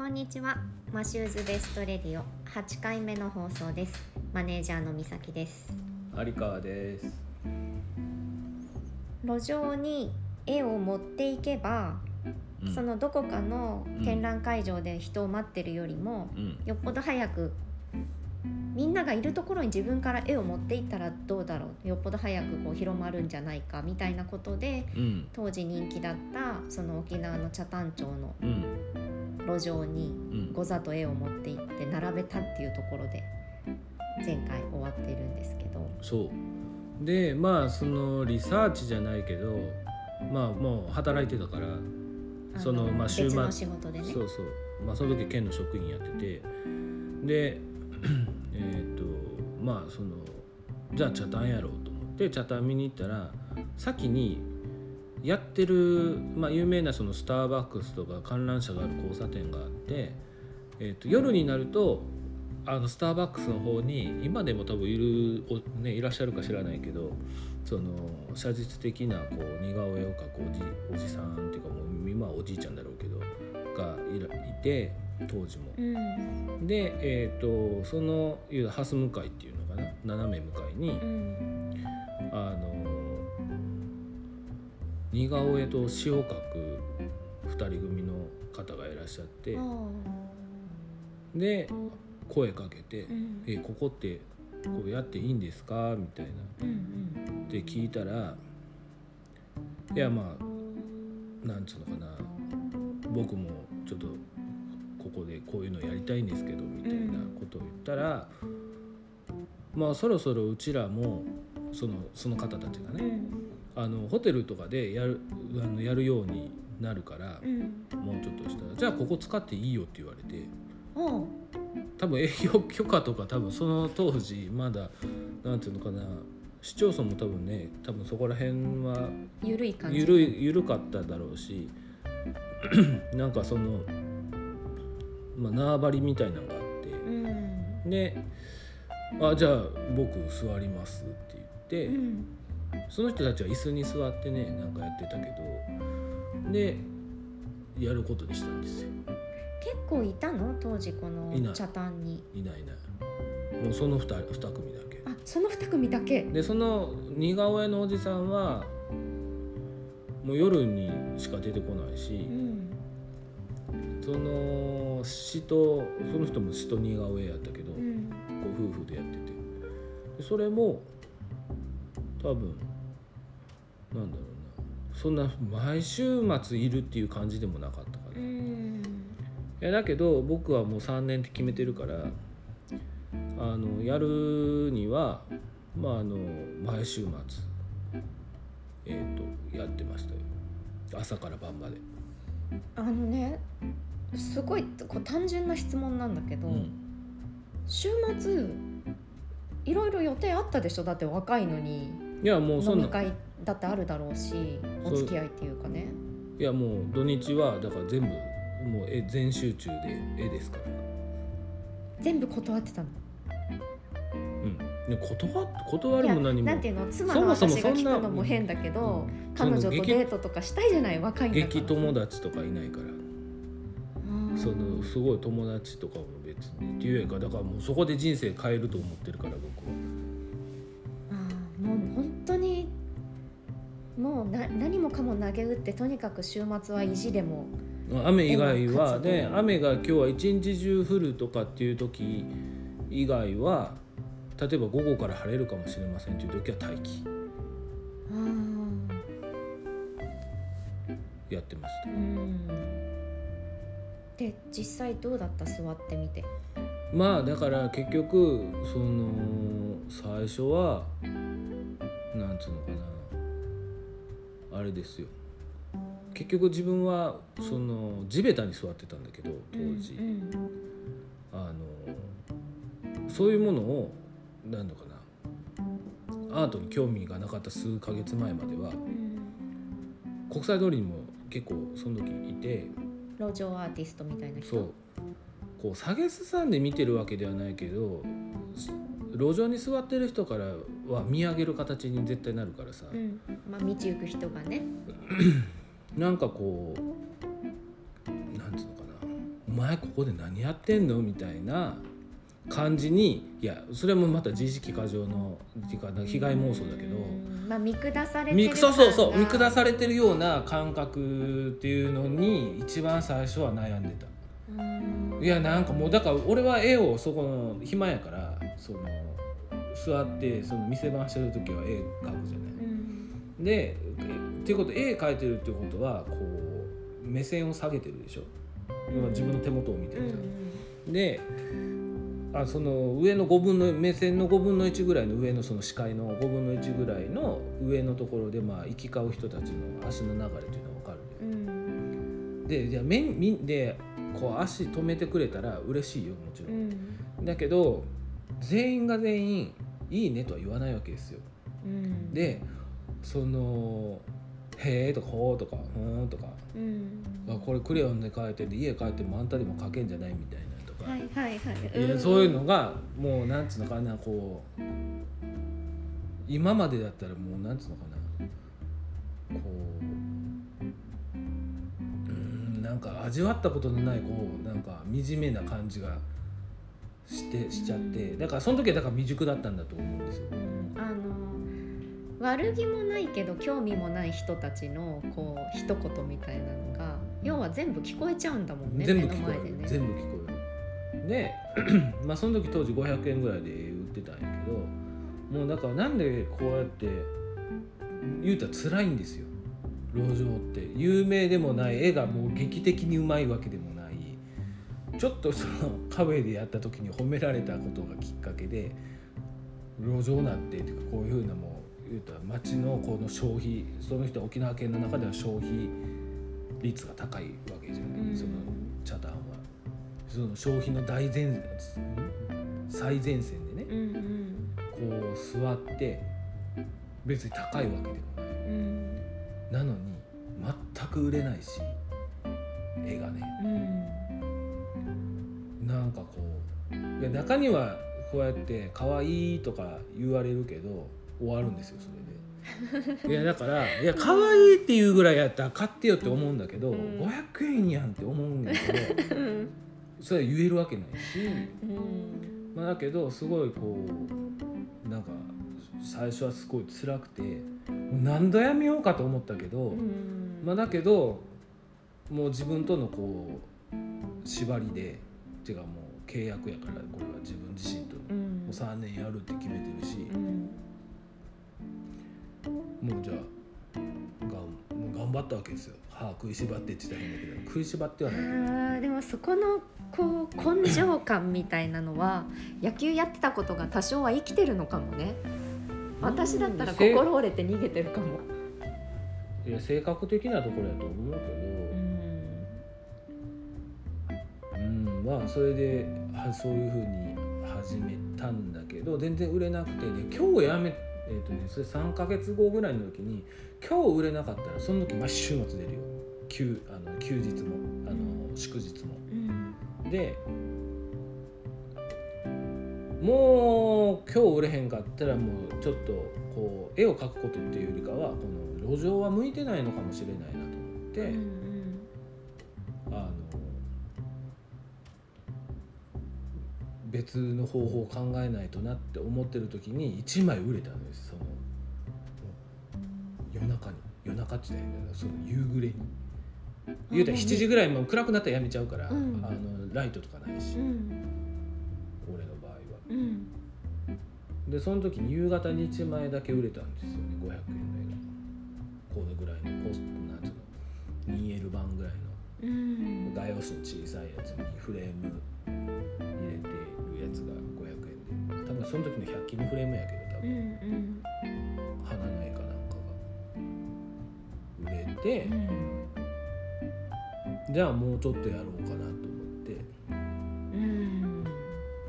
こんにちは。マシューズベストレディオ8回目の放送です。マネージャーのみさきです。 有川です。 路上に絵を持っていけば、そのどこかの展覧会場で人を待ってるよりも、よっぽど早くみんながいるところに自分から絵を持っていったらどうだろう、よっぽど早くこう広まるんじゃないかみたいなことで、当時人気だったその沖縄の北谷町の路上にゴザと絵を持って行って並べたっていうところで前回終わってるんですけど、 そうで、そのリサーチじゃないけど、もう働いてたから、その週末別の仕事でね、 そう、その時県の職員やってて、でそのじゃあ茶炭やろうと思って茶炭見に行ったら、先にやってる、有名なそのスターバックスとか観覧車がある交差点があって、夜になるとスターバックスの方に今でも多分いらっしゃるか知らないけど、その写実的なこう似顔絵を描くおじさんっていうか、もう今はおじいちゃんだろうけどがいて、当時も、で、そのハス向かいっていうのかな、斜め向かいに、似顔絵と詩を描く2人組の方がいらっしゃって、で声かけて、ここってこうやっていいんですかみたいな、で聞いたら、いやなんつうのかな、僕もちょっとここでこういうのやりたいんですけどみたいなことを言ったら、そろそろうちらもその方たちがね、ホテルとかでやるようになるから、もうちょっとしたらじゃあここ使っていいよって言われて、多分営業許可とか多分その当時まだなんていうのかな、市町村も多分そこら辺は緩い感じ、 緩かっただろうしなんかその縄張りみたいなのがあって、でじゃあ僕座りますって言って、その人たちは椅子に座ってねなんかやってたけど、でやることにしたんですよ。 結構いたの当時この茶炭に？ いない、もうその2組だけ。 その2組だけで、その似顔絵のおじさんはもう夜にしか出てこないし、その人も詩と似顔絵やったけど、こう夫婦でやってて、でそれも多分なんだろうな、そんな毎週末いるっていう感じでもなかったから、いやだけど僕はもう3年って決めてるから、やるには毎週末やってましたよ、朝から晩まで。 すごいこう単純な質問なんだけど、週末いろいろ予定あったでしょ？だって若いのに。 いやもうそんな飲み会だってあるだろうし、お付き合いっていうかね。 いやもう土日はだから全部もう全集中で絵ですから。 全部断ってたの？ 断るも何も。 なんていうの、妻の私が聞くのも変だけど、彼女とデートとかしたいじゃない、若いんだから。 激友達とかいないから、そのすごい友達とかも別にっていうか、だからもうそこで人生変えると思ってるから僕は。 もう本当にもう何もかも投げ打って、とにかく週末は意地でも雨以外はね、雨が今日は一日中降るとかっていう時以外は、例えば午後から晴れるかもしれませんっていう時は待機やってました。 で実際どうだった？座ってみて。 だから結局その最初はなんつうのかな、あれですよ、結局自分はその地べたに座ってたんだけど当時、そういうものをなんのかな、アートに興味がなかった数ヶ月前までは、国際通りにも結構その時いて、 路上アーティストみたいな人、 そうこう下げすさんで見てるわけではないけど、路上に座ってる人からは見上げる形に絶対なるからさ、 道行く人がねなんかこうなんていうのかな、 お前ここで何やってんのみたいな感じに、いやそれもまた自意識過剰のっていうか被害妄想だけど、 まあ、見下されてるそう見下されてるような感覚っていうのに一番最初は悩んでた。いやなんかもうだから俺は絵をそこの暇やからその座ってその店番してる時は絵描くじゃない、でっていうこと絵描いてるっていうことはこう目線を下げてるでしょ、自分の手元を見てるじゃん、でその上の5分の目線の5分の1ぐらいの上のその視界の5分の1ぐらいの上のところでまあ行き交う人たちの足の流れというのは分かる、でじゃあでこう足止めてくれたら嬉しいよもちろん、だけど全員が全員いいねとは言わないわけですよ、でそのへーとかほーとかふーんとか、これクレヨンで描いて家帰ってもあんたでも描けんじゃないみたいなとか、いやそういうのがもうなんつうのかな、こう今までだったらもうなんつうのかな、こうなんか味わったことのないこうなんか惨めな感じがしちゃって、だからその時はだから未熟だったんだと思うんですよ、 悪気もないけど興味もない人たちのこう一言みたいなのが要は全部聞こえちゃうんだもんね、 全部聞こえる、 目の前でね、 全部聞こえる。でまあその時当時500円ぐらいで売ってたんやけど、もうだからなんでこうやって言うたら辛いんですよ路上って。有名でもない絵がもう劇的にうまいわけでもない、ちょっとそのカフェでやった時に褒められたことがきっかけで路上なんていうかこういうふうなもう言うたら街のこの消費、その人は沖縄県の中では消費率が高いわけじゃない、その茶炭はその消費の最前線でね、こう座って別に高いわけでもない、なのに全く売れないし絵がね、なんかこういや中にはこうやって可愛いとか言われるけど終わるんですよそれでいやだからいや可愛いっていうぐらいやったら買ってよって思うんだけど、500円やんって思うんだけどそれは言えるわけないし、まあ、だけどすごいこうなんか最初はすごい辛くて何度やめようかと思ったけど、まあ、だけどもう自分とのこう縛りでっていうかもう契約やからこれは自分自身ともう3年やるって決めてるし、もうじゃあもう頑張ったわけですよ。食いしばってって言ったら変だけど食いしばってはない。 でもそこのこう根性感みたいなのは野球やってたことが多少は生きてるのかもね。私だったら心折れて逃げてるかも。 いや性格的なところやと思うけど、まあそれでそういう風に始めたんだけど全然売れなくて、ね、今日やめそれ3ヶ月後ぐらいの時に今日売れなかったらその時週末出るよ、休日も祝日も、でもう今日売れへんかったらもうちょっとこう絵を描くことっていうよりかはこの路上は向いてないのかもしれないなと思って、別の方法を考えないとなって思ってる時に1枚売れたんです。その夜中って言ったらいいんだけどその夕暮れに言うたら7時ぐらいも暗くなったらやめちゃうから、ライトとかないし、俺の場合は、でその時に夕方に1枚だけ売れたんですよね。500円の絵がこれぐらいのポストなんていうの 2L 版ぐらいの画用紙の小さいやつにフレーム入れてるやつが500円で、多分その時の100均のフレームやけど多分、花の絵かなんかが売れて、じゃあもうちょっとやろうかなと思って、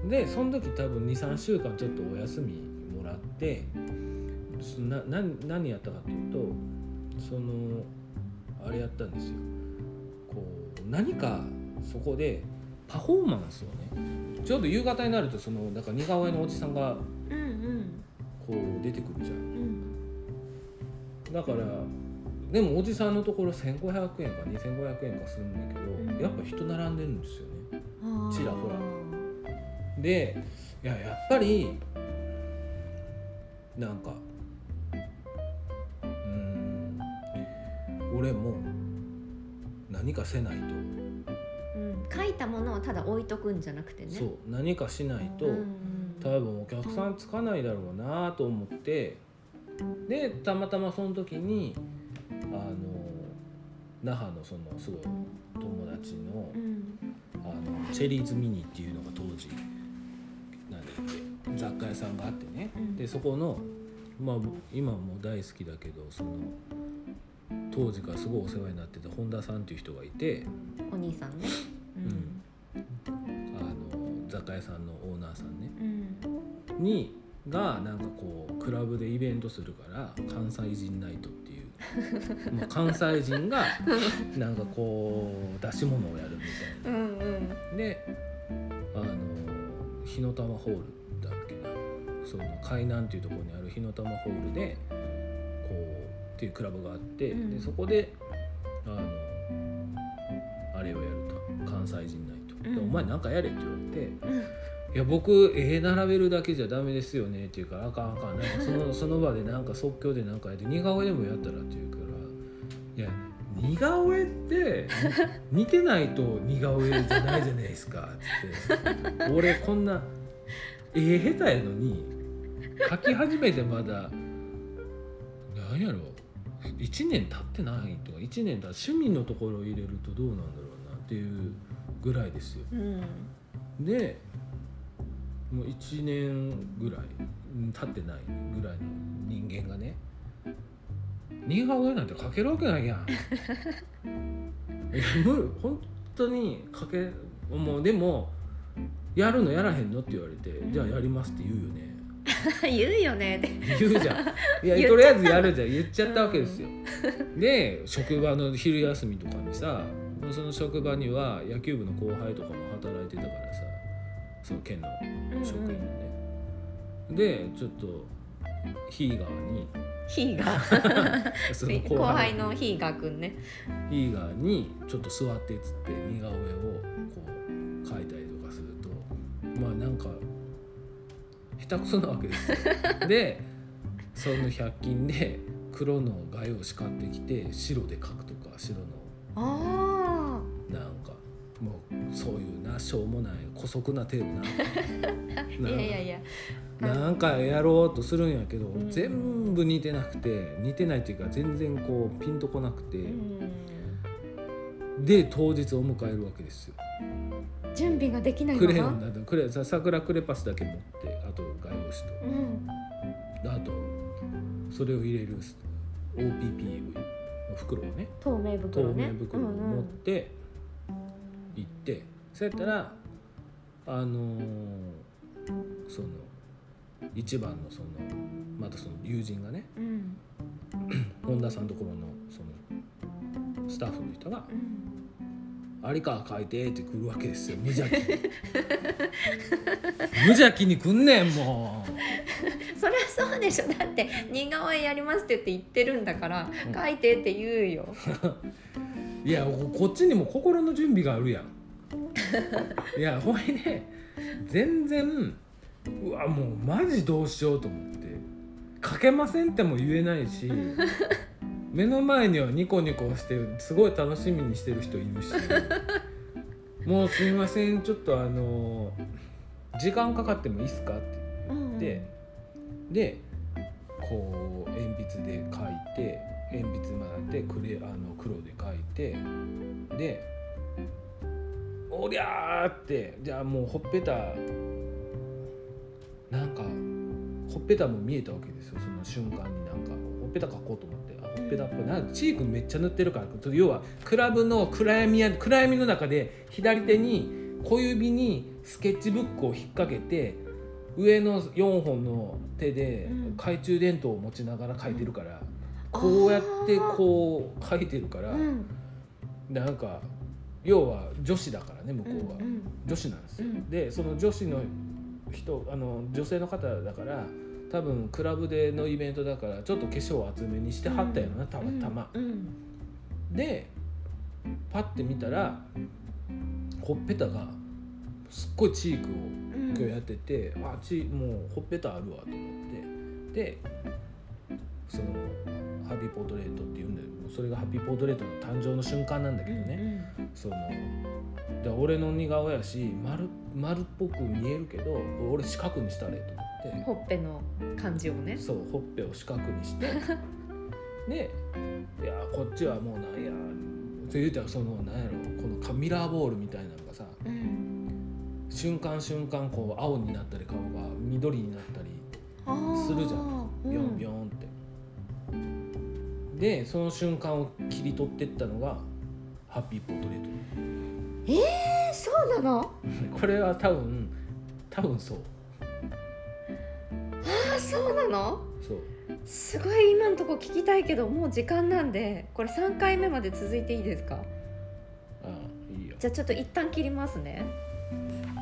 でその時多分 2,3 週間ちょっとお休みもらって何やったかというとそのあれやったんですよ。こう何かそこでパフォーマンスをね、ちょうど夕方になるとそのだから似顔絵のおじさんがこう出てくるじゃん、だからでもおじさんのところ1500円か2500円かするんだけど、やっぱ人並んでるんですよね、ちらほら。でやっぱりなんか俺も何かせないと、 書いたものをただ置いとくんじゃなくてね、 そう何かしないと、多分お客さんつかないだろうなと思って、でたまたまその時に那覇のそのすごい友達の、チェリーズミニっていうのが当時雑貨屋さんがあってね、でそこのまあ今も大好きだけど、その当時からすごいお世話になってた本田さんっていう人がいて、 お兄さんね、 雑貨屋さんのオーナーさんね、にがなんかこうクラブでイベントするから関西人ナイトっていうまあ関西人がなんかこう出し物をやるみたいな、で火の玉ホールだっけな、その海南っていうところにある火の玉ホールでこうっていうクラブがあって、でそこであれをやると、関西人ナイト、お前なんかやれって言われて、いや僕並べるだけじゃダメですよねって言うから、あかんなんかその場でなんか即興でなんかやって似顔絵でもやったらって言うから、いや似顔絵って似てないと似顔絵じゃないじゃないですかって俺こんな下手やのに描き始めてまだ何やろ1年経ってないとか、1年だ趣味のところを入れるとどうなんだろうなっていうぐらいですよ、でもう1年ぐらい経ってないぐらいの人間がね、似顔絵なんて描けるわけないやん本当に描けもうでもやるのやらへんのって言われて、じゃあやりますって言うよね言うよねって言うじゃん、いやとりあえずやるじゃん言っちゃったわけですよ、で職場の昼休みとかにさ、その職場には野球部の後輩とかも働いてたからさ、その県の職員のね、でちょっとヒーガーにその後輩のヒーガーくんね、 ヒーガーにちょっと座ってっつって似顔絵をこう描いたりとかすると、まあなんか下手くそなわけですよでその100均で黒の画用紙買ってきて白で描くとか、白のなんかもうそういうなしょうもない姑息な手をいやなんかやろうとするんやけど、全部似てなくて、似てないっていうか全然こうピンとこなくて、で当日を迎えるわけですよ。 準備ができないのか、 クレヨンだと桜クレパスだけ持って、あと画用紙と、あとそれを入れる OPP の袋をね、 透明袋を持って行って、そうやったらその一番のそのまたその友人がね、本田さんのところのそのスタッフの人が有川書いてって来るわけですよ、無邪気無邪気に来んねんもうそりゃそうでしょ、だって似顔絵やりますって言ってるんだから、書いてって言うよいやこっちにも心の準備があるやんいやほいで全然うわもうマジどうしようと思って、書けませんっても言えないし目の前にはニコニコしてすごい楽しみにしてる人いるしもうすいませんちょっと時間かかってもいいっすかって言って、でこう鉛筆で書いて、鉛筆まで黒で書いて、でおりゃーってじゃあもうほっぺたなんかほっぺたも見えたわけですよ、その瞬間に。なんかほっぺた描こうと思って、ほっぺたっぽいなんかチークめっちゃ塗ってるから、要はクラブの暗闇の中で左手に小指にスケッチブックを引っ掛けて、上の4本の手で懐中電灯を持ちながら描いてるから、こうやってこう描いてるから、なんか要は女子だからね、向こうは、女子なんですよ、でその女子の人女性の方だから多分クラブでのイベントだからちょっと化粧を厚めにしてはったよな、たまたま、でパッて見たらほっぺたがすっごいチークを今日やってて、もうほっぺたあるわと思って、でそのハッピーポートレートっていうんだけど、それがハッピーポートレートの誕生の瞬間なんだけどね、そので俺の似顔やし丸っぽく見えるけど俺四角にしたれと思って、 ほっぺの感じをね、 そうほっぺを四角にしてでいやこっちはもうなんやって言うたら、そのなんやろこのミラーボールみたいなのがさ、瞬間瞬間こう青になったり顔が緑になったりするじゃん、ビョンビョンって。でその瞬間を切り取ってったのがハッピーポートレート。 そうなの？ これは多分そう。 そうなの？ そう。 すごい今のとこ聞きたいけど、もう時間なんでこれ3回目まで続いていいですか？ いいよ。 じゃあちょっと一旦切りますね。